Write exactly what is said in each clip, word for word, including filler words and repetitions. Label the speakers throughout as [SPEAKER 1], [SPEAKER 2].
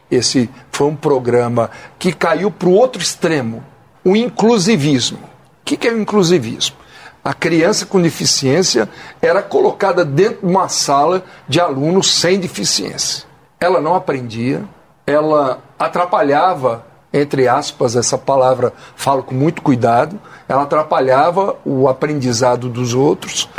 [SPEAKER 1] esse foi um programa que caiu para o outro extremo, o inclusivismo. O que, que é o inclusivismo? A criança com deficiência era colocada dentro de uma sala de alunos sem deficiência. Ela não aprendia, ela atrapalhava, entre aspas, essa palavra falo com muito cuidado, ela atrapalhava o aprendizado dos outros.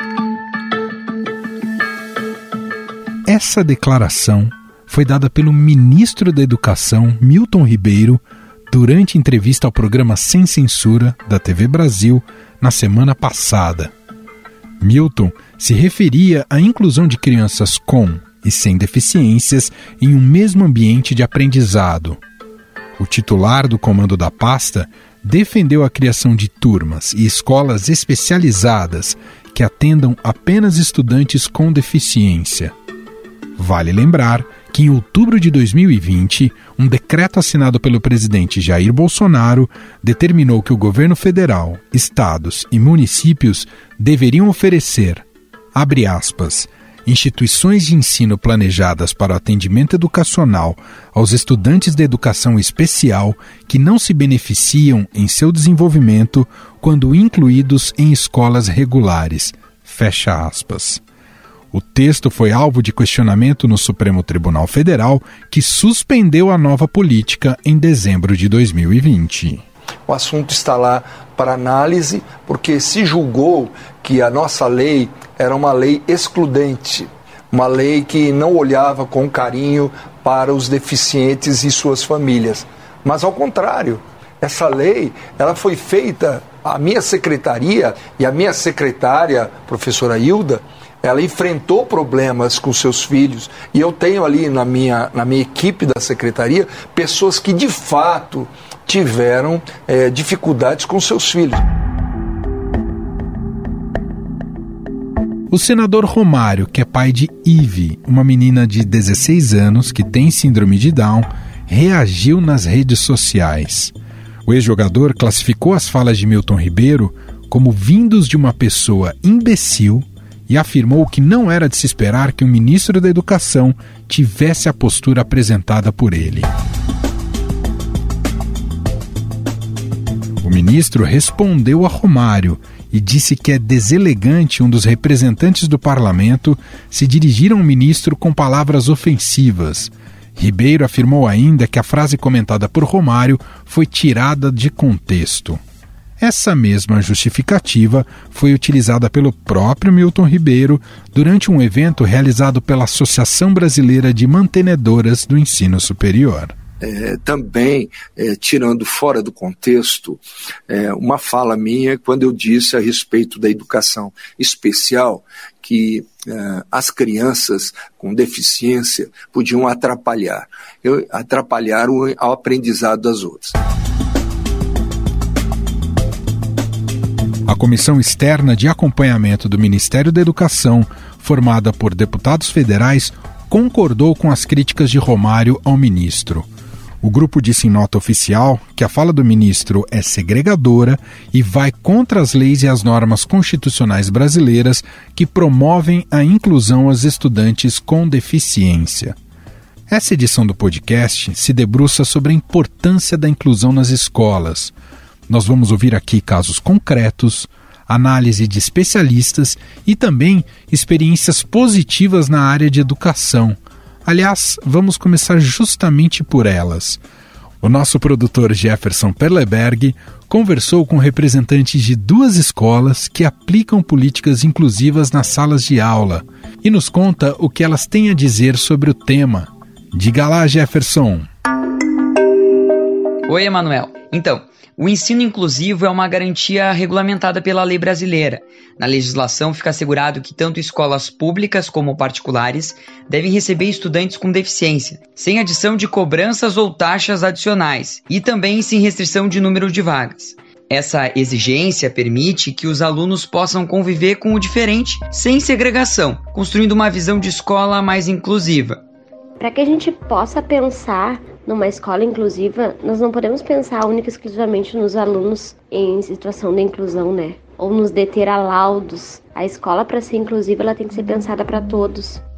[SPEAKER 2] Essa declaração foi dada pelo ministro da Educação, Milton Ribeiro, durante entrevista ao programa Sem Censura, da T V Brasil, na semana passada. Milton se referia à inclusão de crianças com e sem deficiências em um mesmo ambiente de aprendizado. O titular do comando da pasta defendeu a criação de turmas e escolas especializadas que atendam apenas estudantes com deficiência. Vale lembrar que em outubro de dois mil e vinte, um decreto assinado pelo presidente Jair Bolsonaro determinou que o governo federal, estados e municípios deveriam oferecer, abre aspas, instituições de ensino planejadas para o atendimento educacional aos estudantes de educação especial que não se beneficiam em seu desenvolvimento quando incluídos em escolas regulares, fecha aspas. O texto foi alvo de questionamento no Supremo Tribunal Federal, que suspendeu a nova política em dezembro de dois mil e vinte.
[SPEAKER 1] O assunto está lá para análise, porque se julgou que a nossa lei era uma lei excludente, uma lei que não olhava com carinho para os deficientes e suas famílias. Mas, ao contrário, essa lei ela foi feita, a minha secretaria e a minha secretária, professora Hilda, ela enfrentou problemas com seus filhos, e eu tenho ali na minha, na minha equipe da secretaria pessoas que de fato tiveram é, dificuldades com seus filhos.
[SPEAKER 2] O senador Romário, que é pai de Ive, uma menina de dezesseis anos que tem síndrome de Down, reagiu nas redes sociais. O ex-jogador classificou as falas de Milton Ribeiro como vindos de uma pessoa imbecil e afirmou que não era de se esperar que o ministro da Educação tivesse a postura apresentada por ele. O ministro respondeu a Romário e disse que é deselegante um dos representantes do parlamento se dirigir a um ministro com palavras ofensivas. Ribeiro afirmou ainda que a frase comentada por Romário foi tirada de contexto. Essa mesma justificativa foi utilizada pelo próprio Milton Ribeiro durante um evento realizado pela Associação Brasileira de Mantenedoras do Ensino Superior.
[SPEAKER 1] É, também, é, tirando fora do contexto, é, uma fala minha quando eu disse a respeito da educação especial que é, as crianças com deficiência podiam atrapalhar, eu, atrapalhar o, o aprendizado das outras.
[SPEAKER 2] A Comissão Externa de Acompanhamento do Ministério da Educação, formada por deputados federais, concordou com as críticas de Romário ao ministro. O grupo disse em nota oficial que a fala do ministro é segregadora e vai contra as leis e as normas constitucionais brasileiras que promovem a inclusão aos estudantes com deficiência. Essa edição do podcast se debruça sobre a importância da inclusão nas escolas. Nós vamos ouvir aqui casos concretos, análise de especialistas e também experiências positivas na área de educação. Aliás, vamos começar justamente por elas. O nosso produtor Jefferson Perleberg conversou com representantes de duas escolas que aplicam políticas inclusivas nas salas de aula e nos conta o que elas têm a dizer sobre o tema. Diga lá, Jefferson.
[SPEAKER 3] Oi, Emanuel. Então, o ensino inclusivo é uma garantia regulamentada pela lei brasileira. Na legislação fica assegurado que tanto escolas públicas como particulares devem receber estudantes com deficiência, sem adição de cobranças ou taxas adicionais, e também sem restrição de número de vagas. Essa exigência permite que os alunos possam conviver com o diferente sem segregação, construindo uma visão de escola mais inclusiva.
[SPEAKER 4] Para que a gente possa pensar numa escola inclusiva, nós não podemos pensar única e exclusivamente nos alunos em situação de inclusão, né? Ou nos deter a laudos. A escola, para ser inclusiva, ela tem que ser pensada para todos.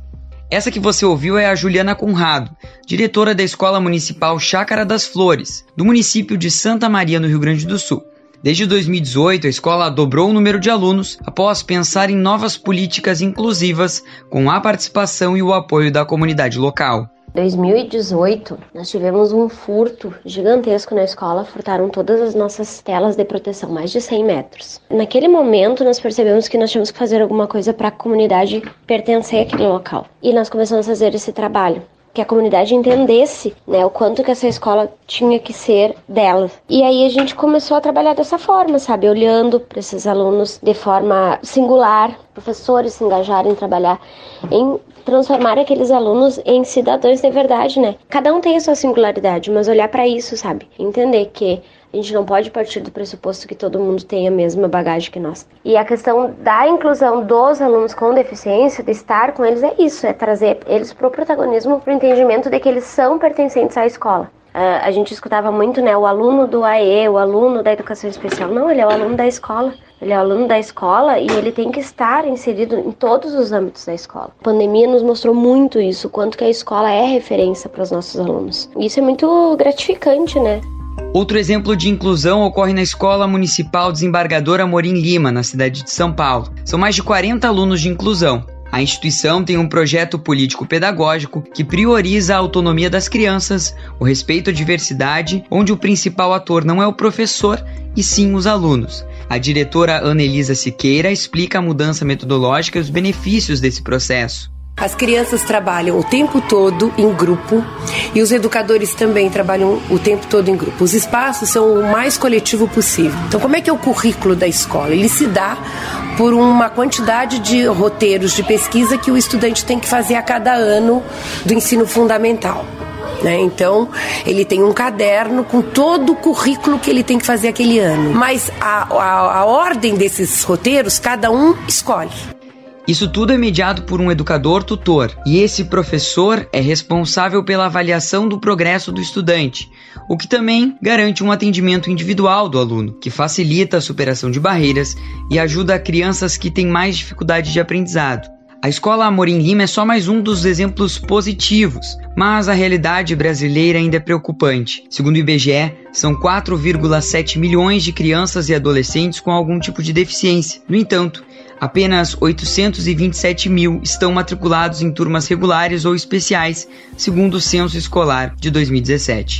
[SPEAKER 3] Essa que você ouviu é a Juliana Conrado, diretora da Escola Municipal Chácara das Flores, do município de Santa Maria, no Rio Grande do Sul. Desde dois mil e dezoito, a escola dobrou o número de alunos após pensar em novas políticas inclusivas com a participação e o apoio da comunidade local.
[SPEAKER 4] Em dois mil e dezoito, nós tivemos um furto gigantesco na escola, furtaram todas as nossas telas de proteção, mais de cem metros. Naquele momento, nós percebemos que nós tínhamos que fazer alguma coisa para a comunidade pertencer àquele local. E nós começamos a fazer esse trabalho, que a comunidade entendesse, né, o quanto que essa escola tinha que ser dela. E aí a gente começou a trabalhar dessa forma, sabe, olhando para esses alunos de forma singular, professores se engajarem em trabalhar em transformar aqueles alunos em cidadãos de verdade, né? Cada um tem a sua singularidade, mas olhar para isso, sabe? Entender que a gente não pode partir do pressuposto que todo mundo tem a mesma bagagem que nós. E a questão da inclusão dos alunos com deficiência, de estar com eles, é isso, é trazer eles para o protagonismo, para o entendimento de que eles são pertencentes à escola. Uh, a gente escutava muito, né, o aluno do A E, o aluno da educação especial. Não, ele é o aluno da escola. Ele é o aluno da escola e ele tem que estar inserido em todos os âmbitos da escola. A pandemia nos mostrou muito isso, o quanto que a escola é referência para os nossos alunos. E isso é muito gratificante, né?
[SPEAKER 3] Outro exemplo de inclusão ocorre na Escola Municipal Desembargador Amorim Lima, na cidade de São Paulo. São mais de quarenta alunos de inclusão. A instituição tem um projeto político-pedagógico que prioriza a autonomia das crianças, o respeito à diversidade, onde o principal ator não é o professor, e sim os alunos. A diretora Ana Elisa Siqueira explica a mudança metodológica e os benefícios desse processo.
[SPEAKER 5] As crianças trabalham o tempo todo em grupo e os educadores também trabalham o tempo todo em grupo. Os espaços são o mais coletivo possível. Então, como é que é o currículo da escola? Ele se dá por uma quantidade de roteiros de pesquisa que o estudante tem que fazer a cada ano do ensino fundamental. Né? Então, ele tem um caderno com todo o currículo que ele tem que fazer aquele ano. Mas a, a, a ordem desses roteiros, cada um escolhe.
[SPEAKER 3] Isso tudo é mediado por um educador-tutor, e esse professor é responsável pela avaliação do progresso do estudante, o que também garante um atendimento individual do aluno, que facilita a superação de barreiras e ajuda crianças que têm mais dificuldade de aprendizado. A Escola Amorim Lima é só mais um dos exemplos positivos, mas a realidade brasileira ainda é preocupante. Segundo o I B G E, são quatro vírgula sete milhões de crianças e adolescentes com algum tipo de deficiência. No entanto, apenas oitocentos e vinte e sete mil estão matriculados em turmas regulares ou especiais, segundo o Censo Escolar de dois mil e dezessete.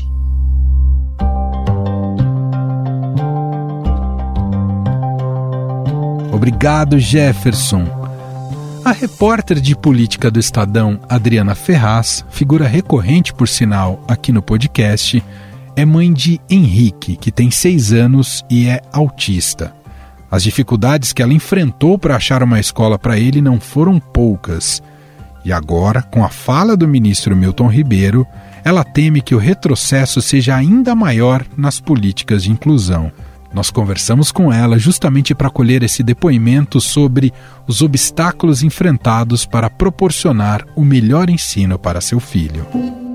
[SPEAKER 2] Obrigado, Jefferson. A repórter de política do Estadão, Adriana Ferraz, figura recorrente, por sinal, aqui no podcast, é mãe de Henrique, que tem seis anos e é autista. As dificuldades que ela enfrentou para achar uma escola para ele não foram poucas. E agora, com a fala do ministro Milton Ribeiro, ela teme que o retrocesso seja ainda maior nas políticas de inclusão. Nós conversamos com ela justamente para colher esse depoimento sobre os obstáculos enfrentados para proporcionar o melhor ensino para seu filho.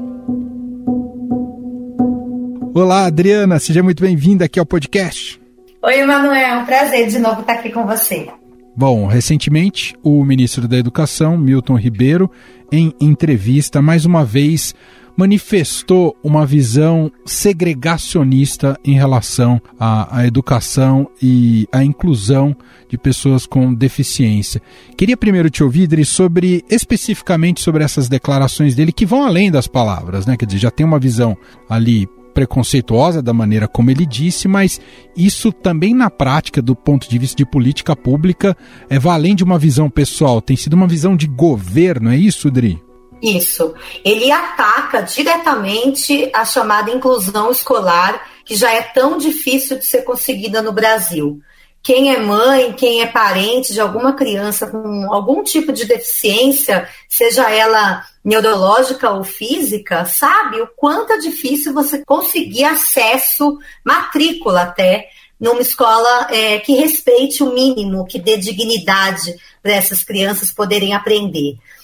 [SPEAKER 2] Olá, Adriana, seja muito bem-vinda aqui ao podcast.
[SPEAKER 6] Oi, Emanuel, é um prazer de novo estar aqui com você.
[SPEAKER 2] Bom, recentemente, o ministro da Educação, Milton Ribeiro, em entrevista, mais uma vez, manifestou uma visão segregacionista em relação à, à educação e à inclusão de pessoas com deficiência. Queria primeiro te ouvir, Idri, sobre, especificamente sobre essas declarações dele, que vão além das palavras, né? Quer dizer, já tem uma visão ali preconceituosa da maneira como ele disse, mas isso também na prática, do ponto de vista de política pública, é, vai além de uma visão pessoal, tem sido uma visão de governo, é isso, Idri?
[SPEAKER 6] Isso. Ele ataca diretamente a chamada inclusão escolar, que já é tão difícil de ser conseguida no Brasil. Quem é mãe, quem é parente de alguma criança com algum tipo de deficiência, seja ela neurológica ou física, sabe o quanto é difícil você conseguir acesso, matrícula até, numa escola é, que respeite o mínimo, que dê dignidade para essas crianças poderem aprender.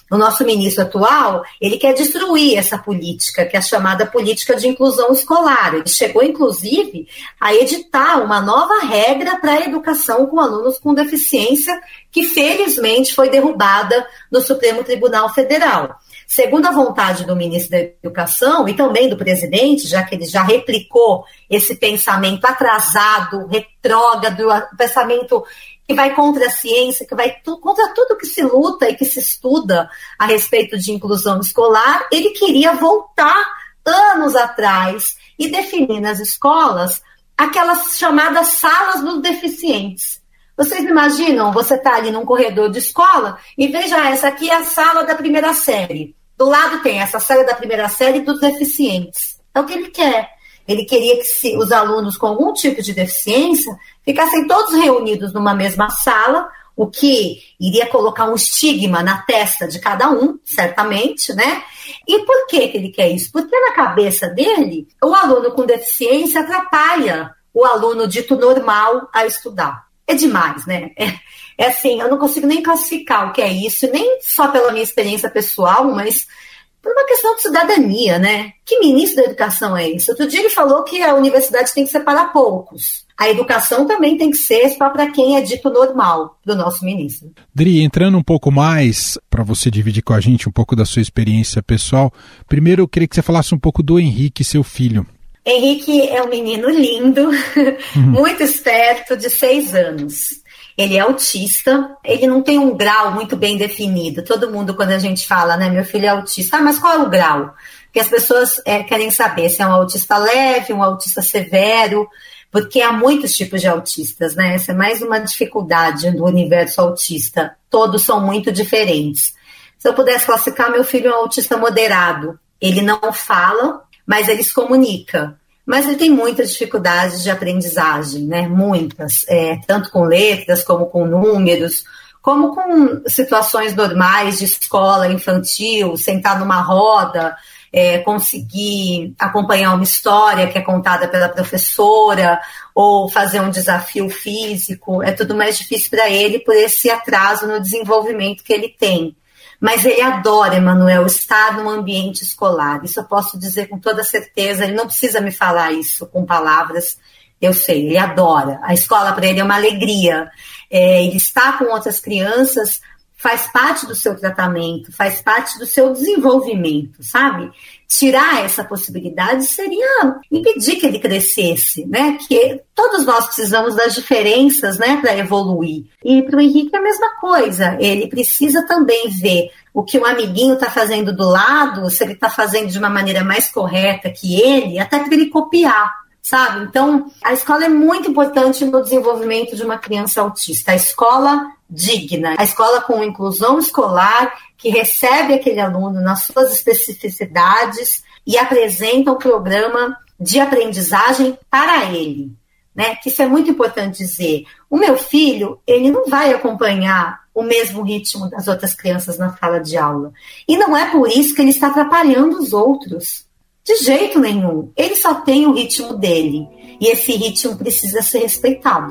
[SPEAKER 6] O nosso ministro atual, ele quer destruir essa política, que é a chamada política de inclusão escolar. Ele chegou, inclusive, a editar uma nova regra para a educação com alunos com deficiência, que felizmente foi derrubada no Supremo Tribunal Federal. Segundo a vontade do ministro da Educação e também do presidente, já que ele já replicou esse pensamento atrasado, retrógrado, pensamento que vai contra a ciência, que vai tu, contra tudo que se luta e que se estuda a respeito de inclusão escolar, ele queria voltar anos atrás e definir nas escolas aquelas chamadas salas dos deficientes. Vocês imaginam, você está ali num corredor de escola e veja, essa aqui é a sala da primeira série. Do lado tem essa sala da primeira série dos deficientes. É o que ele quer. Ele queria que se, os alunos com algum tipo de deficiência ficassem todos reunidos numa mesma sala, o que iria colocar um estigma na testa de cada um, certamente, né? E por que que ele quer isso? Porque na cabeça dele, o aluno com deficiência atrapalha o aluno dito normal a estudar. É demais, né? É, é assim, eu não consigo nem classificar o que é isso, nem só pela minha experiência pessoal, mas por uma questão de cidadania, né? Que ministro da educação é esse? Outro dia ele falou que a universidade tem que ser para poucos. A educação também tem que ser só para quem é dito normal, do nosso ministro.
[SPEAKER 2] Dri, entrando um pouco mais, para você dividir com a gente um pouco da sua experiência pessoal, primeiro eu queria que você falasse um pouco do Henrique, seu filho.
[SPEAKER 6] Henrique é um menino lindo, uhum. muito esperto, de seis anos. Ele é autista, ele não tem um grau muito bem definido. Todo mundo, quando a gente fala, né, meu filho é autista, ah, mas qual é o grau? Porque as pessoas é, querem saber se é um autista leve, um autista severo, porque há muitos tipos de autistas, né? Essa é mais uma dificuldade do universo autista. Todos são muito diferentes. Se eu pudesse classificar, meu filho é um autista moderado. Ele não fala, mas ele se comunica. Mas ele tem muitas dificuldades de aprendizagem, né? Muitas, é, tanto com letras, como com números, como com situações normais de escola infantil, sentar numa roda, é, conseguir acompanhar uma história que é contada pela professora, ou fazer um desafio físico. É tudo mais difícil para ele por esse atraso no desenvolvimento que ele tem. Mas ele adora, Emanuel, estar num ambiente escolar. Isso eu posso dizer com toda certeza. Ele não precisa me falar isso com palavras. Eu sei, ele adora. A escola para ele é uma alegria. É, ele está com outras crianças, faz parte do seu tratamento, faz parte do seu desenvolvimento, sabe? Tirar essa possibilidade seria impedir que ele crescesse, né? Que todos nós precisamos das diferenças, né, para evoluir. E para o Henrique é a mesma coisa. Ele precisa também ver o que um amiguinho está fazendo do lado, se ele está fazendo de uma maneira mais correta que ele, até para ele copiar, sabe? Então, a escola é muito importante no desenvolvimento de uma criança autista. A escola digna, a escola com inclusão escolar, que recebe aquele aluno nas suas especificidades e apresenta um programa de aprendizagem para ele, né? Que isso é muito importante dizer. O meu filho, ele não vai acompanhar o mesmo ritmo das outras crianças na sala de aula. E não é por isso que ele está atrapalhando os outros. De jeito nenhum. Ele só tem o ritmo dele. E esse ritmo precisa ser respeitado.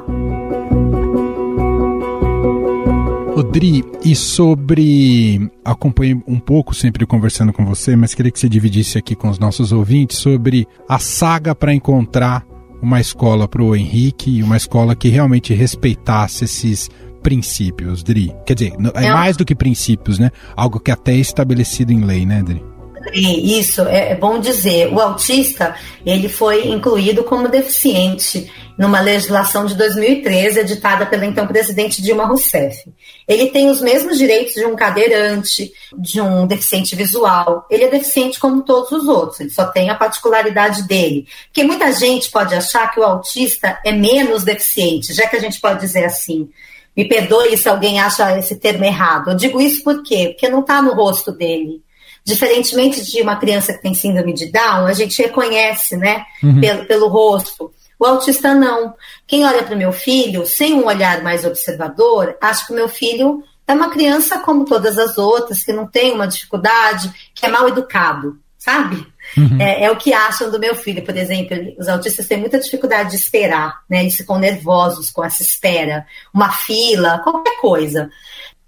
[SPEAKER 2] Dri, e sobre, acompanhei um pouco sempre conversando com você, mas queria que você dividisse aqui com os nossos ouvintes sobre a saga para encontrar uma escola para o Henrique, uma escola que realmente respeitasse esses princípios, Dri. Quer dizer, é mais do que princípios, né? Algo que até é estabelecido em lei, né, Dri?
[SPEAKER 6] Isso, é bom dizer. O autista, ele foi incluído como deficiente numa legislação de dois mil e treze, editada pela então presidente Dilma Rousseff. Ele tem os mesmos direitos de um cadeirante, de um deficiente visual. Ele é deficiente como todos os outros, ele só tem a particularidade dele. Porque muita gente pode achar que o autista é menos deficiente, já que a gente pode dizer assim. Me perdoe se alguém acha esse termo errado. Eu digo isso por quê? Porque não está no rosto dele. Diferentemente de uma criança que tem síndrome de Down, a gente reconhece, né, uhum. pelo, pelo rosto. O autista não. Quem olha para o meu filho, sem um olhar mais observador, acha que o meu filho é uma criança como todas as outras, que não tem uma dificuldade, que é mal educado, sabe? Uhum. É, é o que acham do meu filho, por exemplo. Os autistas têm muita dificuldade de esperar, né? Eles ficam nervosos com essa espera, uma fila, qualquer coisa.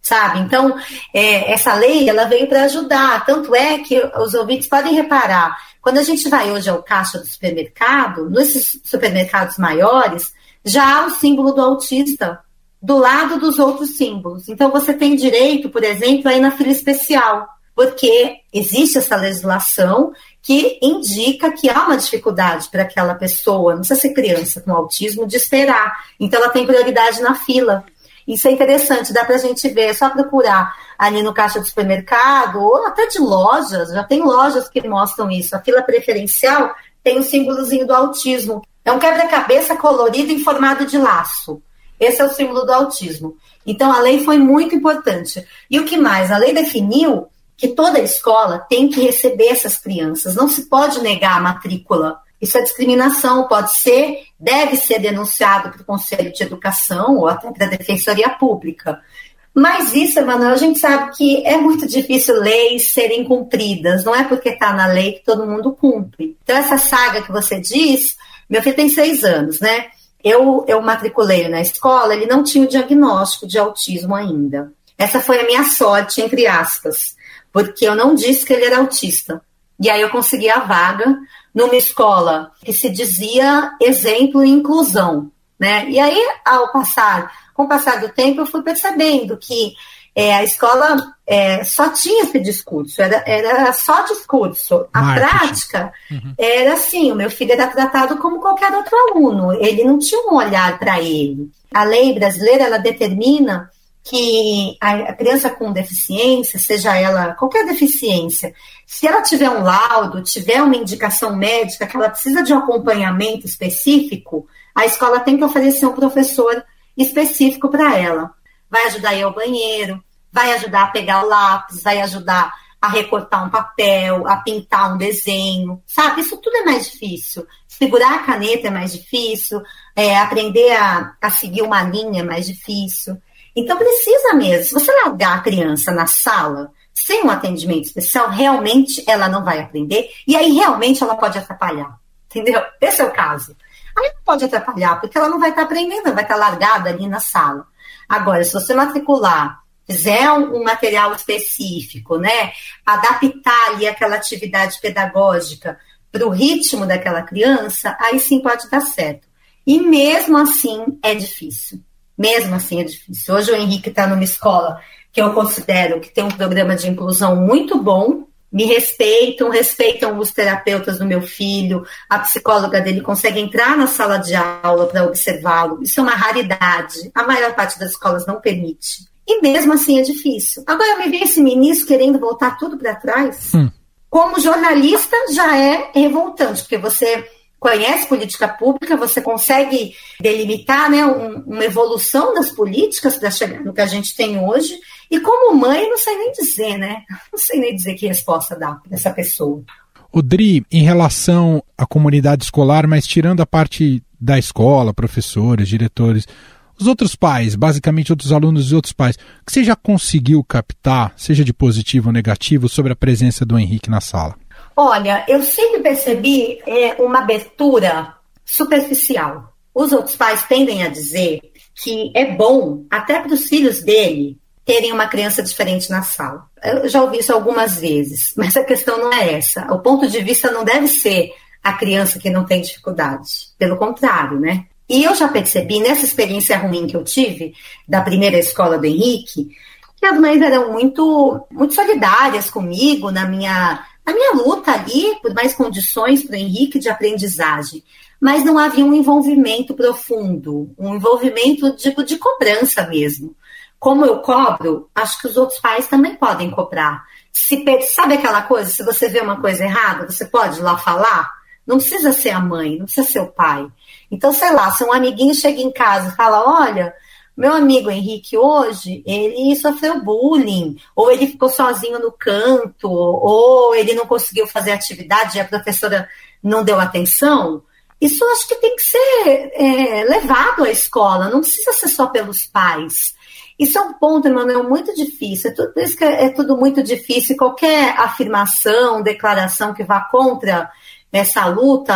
[SPEAKER 6] sabe? Então, é, essa lei, ela veio para ajudar. Tanto é que os ouvintes podem reparar, quando a gente vai hoje ao caixa do supermercado, nesses supermercados maiores, já há o símbolo do autista do lado dos outros símbolos. Então, você tem direito, por exemplo, a ir na fila especial, porque existe essa legislação que indica que há uma dificuldade para aquela pessoa, não precisa ser criança com autismo, de esperar. Então, ela tem prioridade na fila. Isso é interessante, dá para a gente ver, é só procurar ali no caixa do supermercado, ou até de lojas, já tem lojas que mostram isso. A fila preferencial tem o símbolozinho do autismo. É um quebra-cabeça colorido em formato de laço. Esse é o símbolo do autismo. Então, a lei foi muito importante. E o que mais? A lei definiu que toda escola tem que receber essas crianças. Não se pode negar a matrícula. Isso é discriminação, pode ser, deve ser denunciado para o Conselho de Educação ou até para a Defensoria Pública. Mas isso, Emanuel, a gente sabe que é muito difícil leis serem cumpridas. Não é porque está na lei que todo mundo cumpre. Então, essa saga que você diz, meu filho tem seis anos, né? Eu, eu matriculei na escola, ele não tinha o diagnóstico de autismo ainda. Essa foi a minha sorte, entre aspas, porque eu não disse que ele era autista. E aí eu consegui a vaga numa escola que se dizia exemplo e inclusão, né? E aí, ao passar, com o passar do tempo, eu fui percebendo que é, a escola é, só tinha esse discurso, era, era só discurso. A Marketing. prática uhum. era assim, o meu filho era tratado como qualquer outro aluno, ele não tinha um olhar para ele. A lei brasileira, ela determina que a criança com deficiência, seja ela qualquer deficiência, se ela tiver um laudo, tiver uma indicação médica que ela precisa de um acompanhamento específico, a escola tem que oferecer um professor específico para ela. Vai ajudar a ir ao banheiro, vai ajudar a pegar o lápis, vai ajudar a recortar um papel, a pintar um desenho, sabe? Isso tudo é mais difícil. Segurar a caneta é mais difícil, é, aprender a, a seguir uma linha é mais difícil. Então, precisa mesmo. Se você largar a criança na sala, sem um atendimento especial, realmente ela não vai aprender. E aí, realmente, ela pode atrapalhar. Entendeu? Esse é o caso. Aí não pode atrapalhar, porque ela não vai estar aprendendo, ela vai estar largada ali na sala. Agora, se você matricular, fizer um, um material específico, né? Adaptar ali aquela atividade pedagógica para o ritmo daquela criança, aí sim pode dar certo. E mesmo assim, é difícil. Mesmo assim é difícil. Hoje o Henrique está numa escola que eu considero que tem um programa de inclusão muito bom, me respeitam, respeitam os terapeutas do meu filho, a psicóloga dele consegue entrar na sala de aula para observá-lo. Isso é uma raridade. A maior parte das escolas não permite. E mesmo assim é difícil. Agora me vem esse ministro querendo voltar tudo para trás. Hum. Como jornalista já é revoltante, porque você conhece política pública, você consegue delimitar, né, um, uma evolução das políticas para chegar no que a gente tem hoje. E como mãe, não sei nem dizer, né? Não sei nem dizer que resposta dar para essa pessoa.
[SPEAKER 2] O Dri, em relação à comunidade escolar, mas tirando a parte da escola, professores, diretores, os outros pais, basicamente outros alunos e outros pais, o que você já conseguiu captar, seja de positivo ou negativo, sobre a presença do Henrique na sala?
[SPEAKER 6] Olha, eu sempre percebi é, uma abertura superficial. Os outros pais tendem a dizer que é bom, até para os filhos dele, terem uma criança diferente na sala. Eu já ouvi isso algumas vezes, mas a questão não é essa. O ponto de vista não deve ser a criança que não tem dificuldade. Pelo contrário, né? E eu já percebi, nessa experiência ruim que eu tive, da primeira escola do Henrique, que as mães eram muito, muito solidárias comigo na minha... a minha luta ali por mais condições para o Henrique de aprendizagem, mas não havia um envolvimento profundo, um envolvimento tipo de cobrança mesmo. Como eu cobro, acho que os outros pais também podem cobrar. Se, sabe aquela coisa, se você vê uma coisa errada, você pode ir lá falar? Não precisa ser a mãe, não precisa ser o pai. Então, sei lá, se um amiguinho chega em casa e fala, olha, meu amigo Henrique hoje, ele sofreu bullying, ou ele ficou sozinho no canto, ou ele não conseguiu fazer atividade e a professora não deu atenção. Isso eu acho que tem que ser é, levado à escola, não precisa ser só pelos pais. Isso é um ponto, Emanuel, muito difícil. É tudo, por isso que é, é tudo muito difícil. Qualquer afirmação, declaração que vá contra essa luta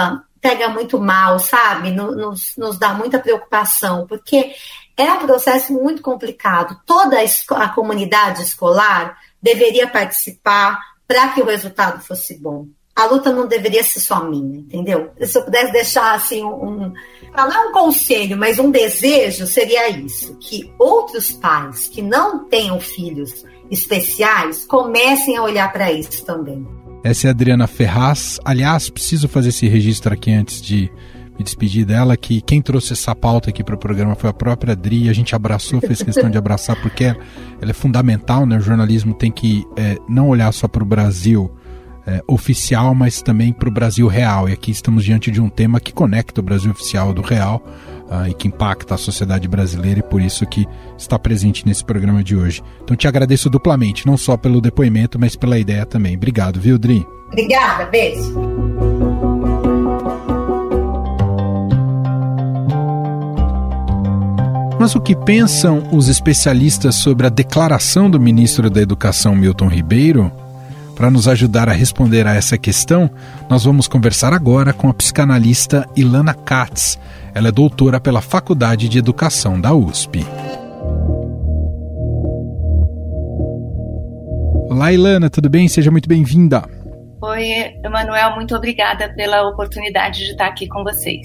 [SPEAKER 6] pega muito mal, sabe? Nos, nos dá muita preocupação, porque é um processo muito complicado. Toda a, a comunidade escolar deveria participar para que o resultado fosse bom. A luta não deveria ser só minha, entendeu? Se eu pudesse deixar assim um, um não é um conselho, mas um desejo, seria isso, que outros pais que não tenham filhos especiais comecem a olhar para isso também.
[SPEAKER 2] Essa é a Adriana Ferraz. Aliás, preciso fazer esse registro aqui antes de me despedir dela, que quem trouxe essa pauta aqui para o programa foi a própria Adri. A gente abraçou, fez questão de abraçar, porque ela é fundamental, né? O jornalismo tem que é, não olhar só para o Brasil É, oficial, mas também para o Brasil real. E aqui estamos diante de um tema que conecta o Brasil oficial do real uh, e que impacta a sociedade brasileira, e por isso que está presente nesse programa de hoje. Então te agradeço duplamente, não só pelo depoimento, mas pela ideia também. Obrigado, viu, Dri?
[SPEAKER 6] Obrigada, beijo.
[SPEAKER 2] Mas o que pensam os especialistas sobre a declaração do ministro da Educação, Milton Ribeiro? Para nos ajudar a responder a essa questão, nós vamos conversar agora com a psicanalista Ilana Katz. Ela é doutora pela Faculdade de Educação da U S P. Olá, Ilana, tudo bem? Seja muito bem-vinda.
[SPEAKER 7] Oi, Emanuel, muito obrigada pela oportunidade de estar aqui com vocês.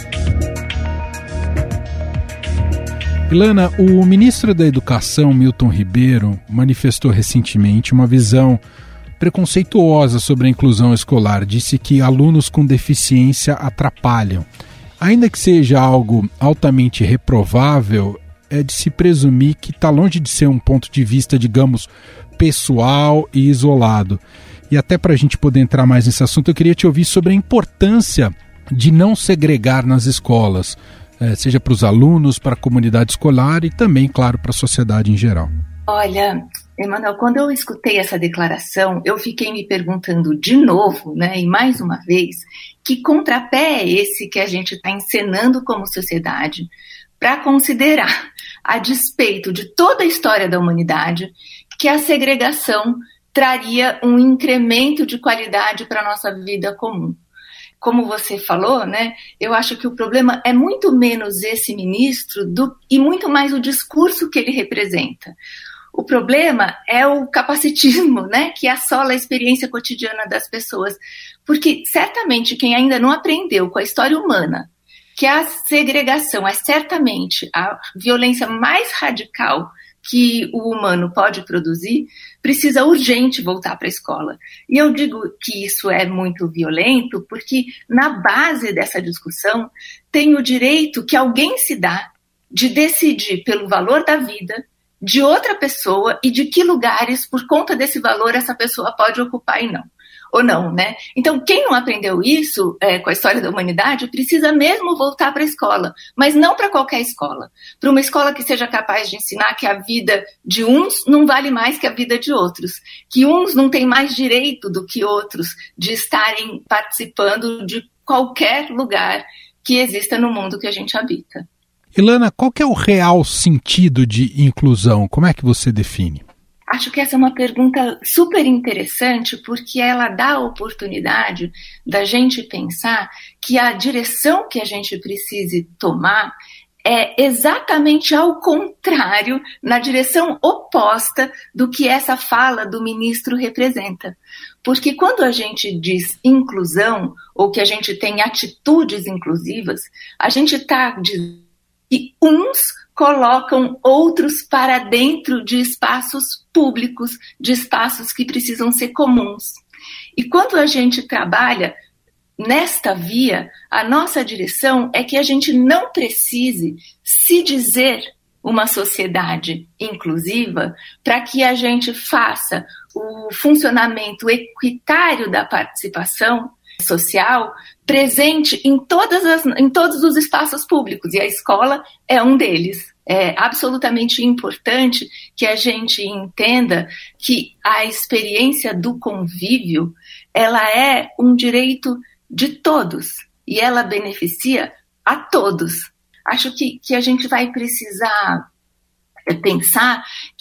[SPEAKER 2] Ilana, o ministro da Educação, Milton Ribeiro, manifestou recentemente uma visão preconceituosa sobre a inclusão escolar. Disse que alunos com deficiência atrapalham. Ainda que seja algo altamente reprovável, é de se presumir que está longe de ser um ponto de vista, digamos, pessoal e isolado. E até para a gente poder entrar mais nesse assunto, eu queria te ouvir sobre a importância de não segregar nas escolas, seja para os alunos, para a comunidade escolar e também, claro, para a sociedade em geral.
[SPEAKER 7] Olha, Emanuel, quando eu escutei essa declaração, eu fiquei me perguntando de novo, né, e mais uma vez, que contrapé é esse que a gente está encenando como sociedade para considerar, a despeito de toda a história da humanidade, que a segregação traria um incremento de qualidade para a nossa vida comum. Como você falou, né, eu acho que o problema é muito menos esse ministro do, e muito mais o discurso que ele representa. O problema é o capacitismo, né, que assola a experiência cotidiana das pessoas. Porque certamente quem ainda não aprendeu com a história humana que a segregação é certamente a violência mais radical que o humano pode produzir, precisa urgente voltar para a escola. E eu digo que isso é muito violento porque na base dessa discussão tem o direito que alguém se dá de decidir pelo valor da vida de outra pessoa e de que lugares, por conta desse valor, essa pessoa pode ocupar e não. Ou não, né? Então, quem não aprendeu isso é, com a história da humanidade, precisa mesmo voltar para a escola, mas não para qualquer escola. Para uma escola que seja capaz de ensinar que a vida de uns não vale mais que a vida de outros, que uns não têm mais direito do que outros de estarem participando de qualquer lugar que exista no mundo que a gente habita.
[SPEAKER 2] Ilana, qual que é o real sentido de inclusão? Como é que você define?
[SPEAKER 7] Acho que essa é uma pergunta super interessante porque ela dá a oportunidade da gente pensar que a direção que a gente precise tomar é exatamente ao contrário, na direção oposta do que essa fala do ministro representa. Porque quando a gente diz inclusão ou que a gente tem atitudes inclusivas, a gente está dizendo que uns colocam outros para dentro de espaços públicos, de espaços que precisam ser comuns. E quando a gente trabalha nesta via, a nossa direção é que a gente não precise se dizer uma sociedade inclusiva para que a gente faça o funcionamento equitário da participação social presente em, todas as, em todos os espaços públicos, e a escola é um deles. É absolutamente importante que a gente entenda que a experiência do convívio, ela é um direito de todos, e ela beneficia a todos. Acho que, que a gente vai precisar pensar que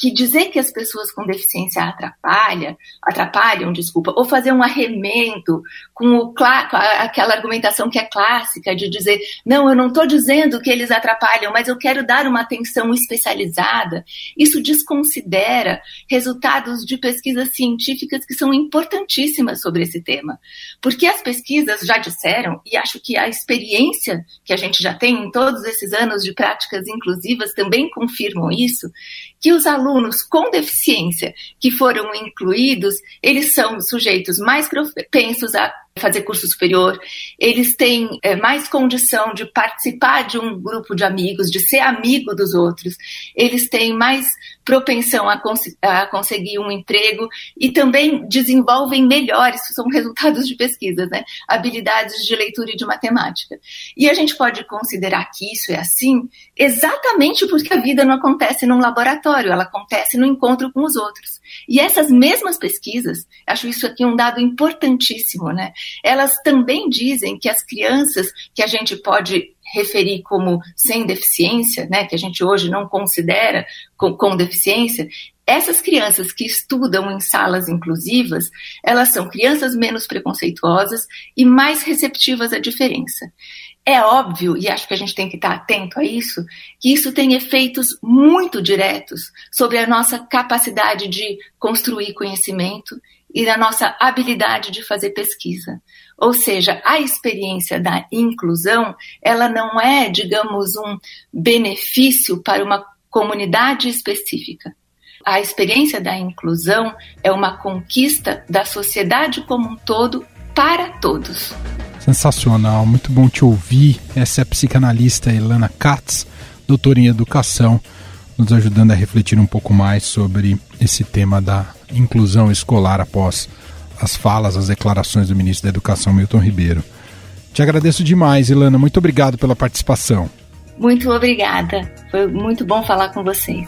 [SPEAKER 7] que dizer que as pessoas com deficiência atrapalha, atrapalham, desculpa, ou fazer um arremento com o, aquela argumentação que é clássica de dizer, não, eu não estou dizendo que eles atrapalham, mas eu quero dar uma atenção especializada, isso desconsidera resultados de pesquisas científicas que são importantíssimas sobre esse tema. Porque as pesquisas já disseram, e acho que a experiência que a gente já tem em todos esses anos de práticas inclusivas também confirmam isso, que os alunos com deficiência que foram incluídos, eles são sujeitos mais propensos a fazer curso superior, eles têm é, mais condição de participar de um grupo de amigos, de ser amigo dos outros, eles têm mais propensão a, cons- a conseguir um emprego e também desenvolvem melhor, isso são resultados de pesquisas, né? Habilidades de leitura e de matemática. E a gente pode considerar que isso é assim exatamente porque a vida não acontece num laboratório, ela acontece no encontro com os outros. E essas mesmas pesquisas, acho isso aqui um dado importantíssimo, né? Elas também dizem que as crianças que a gente pode referir como sem deficiência, né, que a gente hoje não considera com, com deficiência, essas crianças que estudam em salas inclusivas, elas são crianças menos preconceituosas e mais receptivas à diferença. É óbvio, e acho que a gente tem que estar atento a isso, que isso tem efeitos muito diretos sobre a nossa capacidade de construir conhecimento e da nossa habilidade de fazer pesquisa. Ou seja, a experiência da inclusão, ela não é, digamos, um benefício para uma comunidade específica. A experiência da inclusão é uma conquista da sociedade como um todo para todos.
[SPEAKER 2] Sensacional, muito bom te ouvir. Essa é a psicanalista Ilana Katz, doutora em educação, nos ajudando a refletir um pouco mais sobre esse tema da inclusão escolar após as falas, as declarações do ministro da Educação, Milton Ribeiro. Te agradeço demais, Ilana. Muito obrigado pela participação.
[SPEAKER 7] Muito obrigada. Foi muito bom falar com vocês.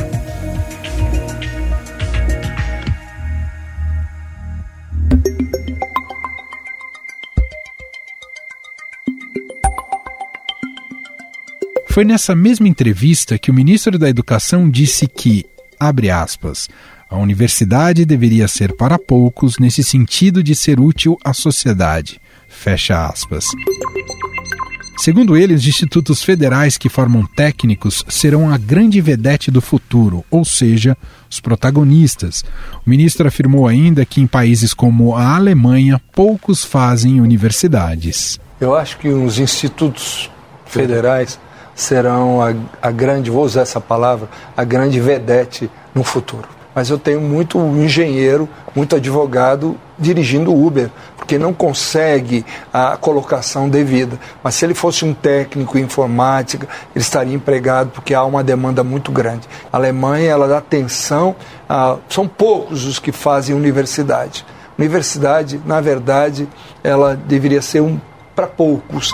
[SPEAKER 2] Foi nessa mesma entrevista que o ministro da Educação disse que, abre aspas, a universidade deveria ser para poucos nesse sentido de ser útil à sociedade, fecha aspas. Segundo ele, os institutos federais que formam técnicos serão a grande vedete do futuro, ou seja, os protagonistas. O ministro afirmou ainda que em países como a Alemanha, poucos fazem universidades.
[SPEAKER 1] Eu acho que os institutos federais serão a, a grande, vou usar essa palavra, a grande vedete no futuro. Mas eu tenho muito engenheiro, muito advogado dirigindo Uber, porque não consegue a colocação devida. Mas se ele fosse um técnico em informática, ele estaria empregado, porque há uma demanda muito grande. A Alemanha, ela dá atenção, a, são poucos os que fazem universidade. Universidade, na verdade, ela deveria ser um para poucos.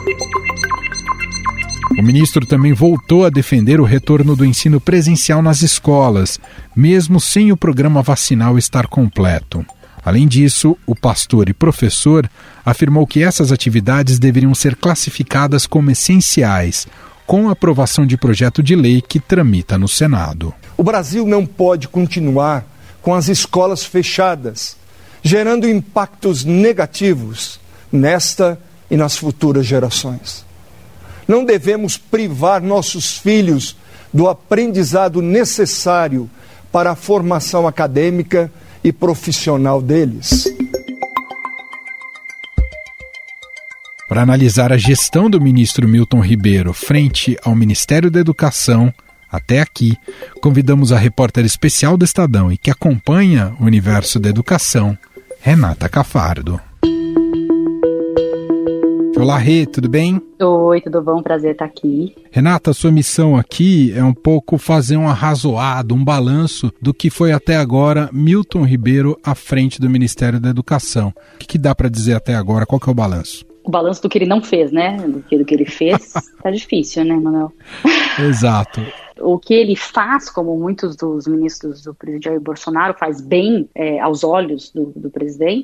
[SPEAKER 2] O ministro também voltou a defender o retorno do ensino presencial nas escolas, mesmo sem o programa vacinal estar completo. Além disso, o pastor e professor afirmou que essas atividades deveriam ser classificadas como essenciais, com a aprovação de projeto de lei que tramita no Senado.
[SPEAKER 1] O Brasil não pode continuar com as escolas fechadas, gerando impactos negativos nesta e nas futuras gerações. Não devemos privar nossos filhos do aprendizado necessário para a formação acadêmica e profissional deles.
[SPEAKER 2] Para analisar a gestão do ministro Milton Ribeiro frente ao Ministério da Educação, até aqui, convidamos a repórter especial do Estadão e que acompanha o universo da educação, Renata Cafardo. Olá, Rê, tudo bem?
[SPEAKER 8] Oi, tudo bom? Prazer estar aqui.
[SPEAKER 2] Renata, a sua missão aqui é um pouco fazer um arrazoado, um balanço do que foi até agora Milton Ribeiro à frente do Ministério da Educação. O que, que dá para dizer até agora? Qual que é o balanço?
[SPEAKER 8] O balanço do que ele não fez, né? Do que, do que ele fez, tá difícil, né, Manuel?
[SPEAKER 2] Exato.
[SPEAKER 8] O que ele faz, como muitos dos ministros do presidente Jair Bolsonaro, faz bem é, aos olhos do, do presidente,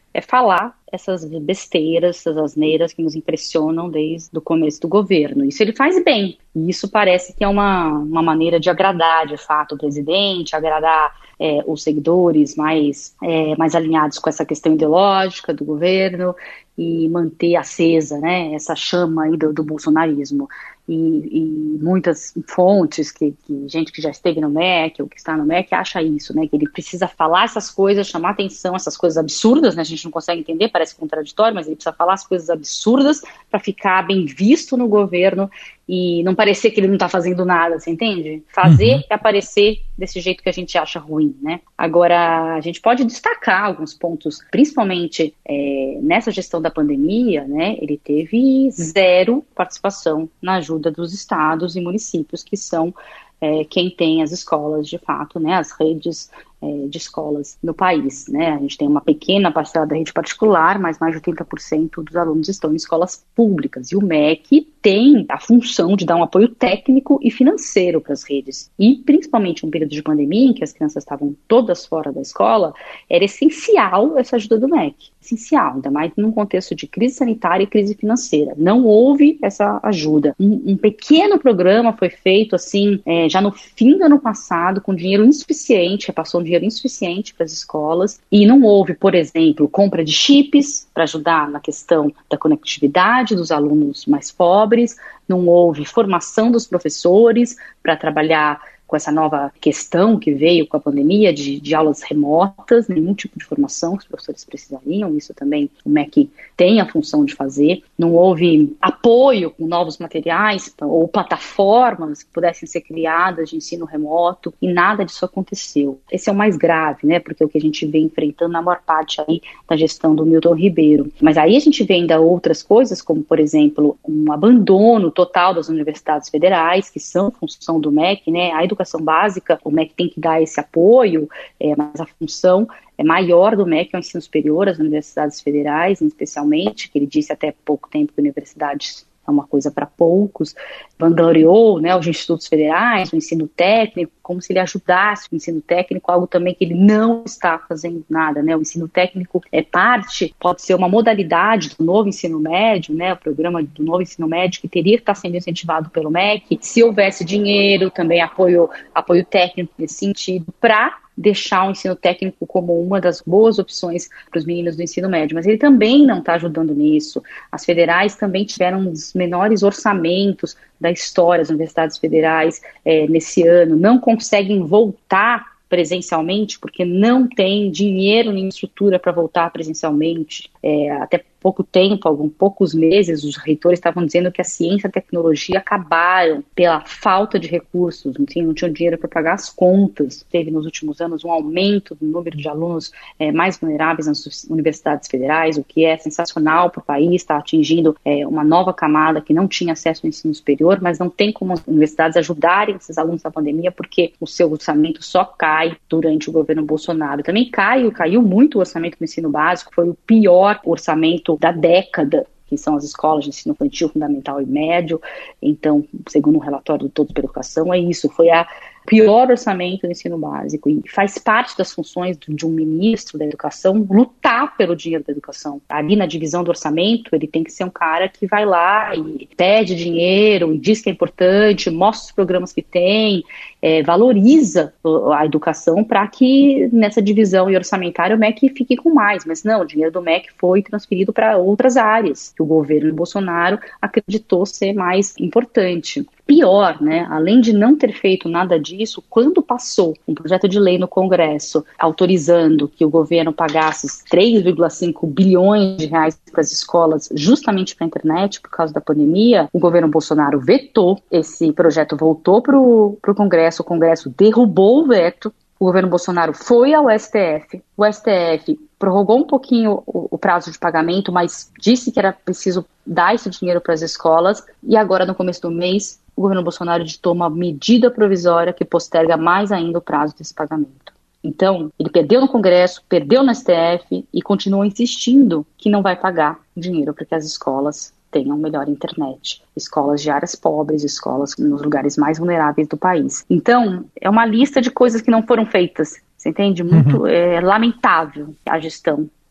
[SPEAKER 8] é falar essas besteiras, essas asneiras que nos impressionam desde o começo do governo. Isso ele faz bem, e isso parece que é uma, uma maneira de agradar, de fato, o presidente, agradar é, os seguidores mais, é, mais alinhados com essa questão ideológica do governo e manter acesa, né, essa chama aí do, do bolsonarismo. E, e muitas fontes, que, que gente que já esteve no M E C ou que está no M E C acha isso, né, que ele precisa falar essas coisas, chamar atenção, essas coisas absurdas, né, a gente não consegue entender, parece contraditório, mas ele precisa falar as coisas absurdas para ficar bem visto no governo e não parecer que ele não está fazendo nada, você entende? Fazer uhum. e aparecer desse jeito que a gente acha ruim, né? Agora, a gente pode destacar alguns pontos, principalmente é, nessa gestão da pandemia, né? Ele teve zero participação na ajuda dos estados e municípios, que são é, quem tem as escolas, de fato, né? As redes é, de escolas no país, né? A gente tem uma pequena parcela da rede particular, mas mais de oitenta por cento dos alunos estão em escolas públicas. E o M E C tem a função de dar um apoio técnico e financeiro para as redes. E, principalmente em um período de pandemia, em que as crianças estavam todas fora da escola, era essencial essa ajuda do M E C. Essencial, ainda mais num contexto de crise sanitária e crise financeira. Não houve essa ajuda. Um, um pequeno programa foi feito, assim, é, já no fim do ano passado, com dinheiro insuficiente, repassou um dinheiro insuficiente para as escolas, e não houve, por exemplo, compra de chips para ajudar na questão da conectividade dos alunos mais pobres, não houve formação dos professores para trabalhar com essa nova questão que veio com a pandemia de, de aulas remotas, nenhum tipo de formação que os professores precisariam, isso também o M E C tem a função de fazer. Não houve apoio com novos materiais ou plataformas que pudessem ser criadas de ensino remoto, e nada disso aconteceu. Esse é o mais grave, né, porque é o que a gente vem enfrentando na maior parte aí da gestão do Milton Ribeiro. Mas aí a gente vê ainda outras coisas, como, por exemplo, um abandono total das universidades federais, que são função do M E C, né, a educação básica, o M E C tem que dar esse apoio, é, mas a função é maior do M E C é o ensino superior, as universidades federais, especialmente, que ele disse até pouco tempo que universidades é uma coisa para poucos, vangloriou, né, os institutos federais, o ensino técnico, como se ele ajudasse o ensino técnico, algo também que ele não está fazendo nada, né, o ensino técnico é parte, pode ser uma modalidade do novo ensino médio, né, o programa do novo ensino médio que teria que estar sendo incentivado pelo M E C, se houvesse dinheiro, também apoio, apoio técnico nesse sentido, para deixar o ensino técnico como uma das boas opções para os meninos do ensino médio, mas ele também não está ajudando nisso. As federais também tiveram um dos menores orçamentos da história, as universidades federais é, nesse ano, não conseguem voltar presencialmente, porque não tem dinheiro nem estrutura para voltar presencialmente. É, até pouco tempo, alguns poucos meses, os reitores estavam dizendo que a ciência e a tecnologia acabaram pela falta de recursos, não tinham, não tinham dinheiro para pagar as contas. Teve nos últimos anos um aumento do número de alunos é, mais vulneráveis nas universidades federais, o que é sensacional para o país, está atingindo é, uma nova camada que não tinha acesso ao ensino superior, mas não tem como as universidades ajudarem esses alunos na pandemia, porque o seu orçamento só cai durante o governo Bolsonaro. Também caiu, caiu muito o orçamento do ensino básico, foi o pior orçamento da década, que são as escolas de ensino infantil, fundamental e médio. Então, segundo um relatório do Todos pela Educação, é isso, foi a pior orçamento do ensino básico, e faz parte das funções de um ministro da educação lutar pelo dinheiro da educação. Ali na divisão do orçamento, ele tem que ser um cara que vai lá e pede dinheiro, diz que é importante, mostra os programas que tem, é, valoriza a educação para que nessa divisão e orçamentária o M E C fique com mais, mas não, o dinheiro do M E C foi transferido para outras áreas que o governo Bolsonaro acreditou ser mais importante. Pior, né, além de não ter feito nada disso, quando passou um projeto de lei no Congresso autorizando que o governo pagasse três vírgula cinco bilhões de reais para as escolas justamente para a internet por causa da pandemia, o governo Bolsonaro vetou, esse projeto voltou para o Congresso, o Congresso derrubou o veto, o governo Bolsonaro foi ao S T F, o S T F prorrogou um pouquinho o, o prazo de pagamento, mas disse que era preciso dar esse dinheiro para as escolas, e agora no começo do mês o governo Bolsonaro editou uma medida provisória que posterga mais ainda o prazo desse pagamento. Então, ele perdeu no Congresso, perdeu no S T F e continua insistindo que não vai pagar dinheiro para que as escolas tenham melhor internet. Escolas de áreas pobres, escolas nos lugares mais vulneráveis do país. Então, é uma lista de coisas que não foram feitas. Você entende? Muito uhum. é, lamentável a gestão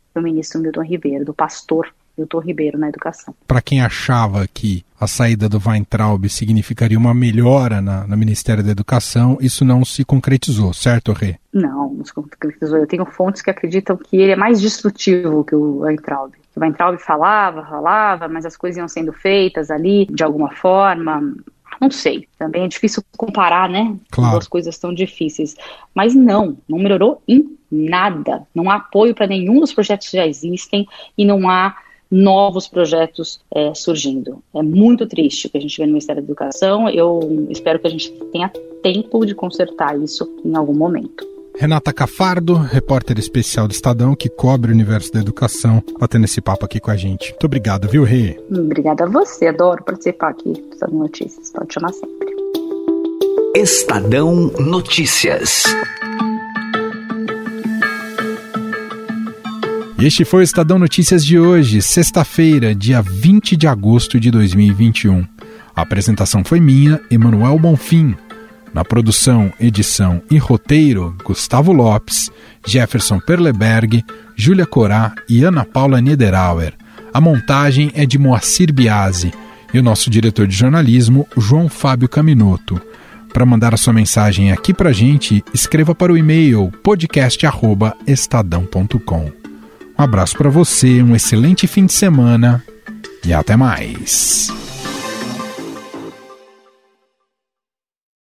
[SPEAKER 8] do ministro Milton Ribeiro, do pastor Milton Ribeiro na educação.
[SPEAKER 2] Para quem achava que a saída do Weintraub significaria uma melhora na, no Ministério da Educação, isso não se concretizou, certo, Rê?
[SPEAKER 8] Não, não se concretizou. Eu tenho fontes que acreditam que ele é mais destrutivo que o Weintraub. O Weintraub falava, falava, mas as coisas iam sendo feitas ali de alguma forma. Não sei, também é difícil comparar, né?
[SPEAKER 2] Claro.
[SPEAKER 8] Duas coisas tão difíceis. Mas não, não melhorou em nada. Não há apoio para nenhum dos projetos que já existem e não há novos projetos é, surgindo. É muito triste o que a gente vê no Ministério da Educação. Eu espero que a gente tenha tempo de consertar isso em algum momento.
[SPEAKER 2] Renata Cafardo, repórter especial do Estadão, que cobre o universo da educação, batendo esse papo aqui com a gente. Muito obrigado, viu, Rê?
[SPEAKER 8] Obrigada a você, adoro participar aqui do Estadão Notícias. Pode chamar sempre.
[SPEAKER 9] Estadão Notícias.
[SPEAKER 2] Este foi o Estadão Notícias de hoje, sexta-feira, dia vinte de agosto de dois mil e vinte e um. A apresentação foi minha, Emanuel Bonfim. Na produção, edição e roteiro, Gustavo Lopes, Jefferson Perleberg, Júlia Corá e Ana Paula Niederauer. A montagem é de Moacir Biasi e o nosso diretor de jornalismo, João Fábio Caminoto. Para mandar a sua mensagem aqui pra gente, escreva para o e-mail podcast arroba estadão ponto com. Um abraço para você, um excelente fim de semana e até mais.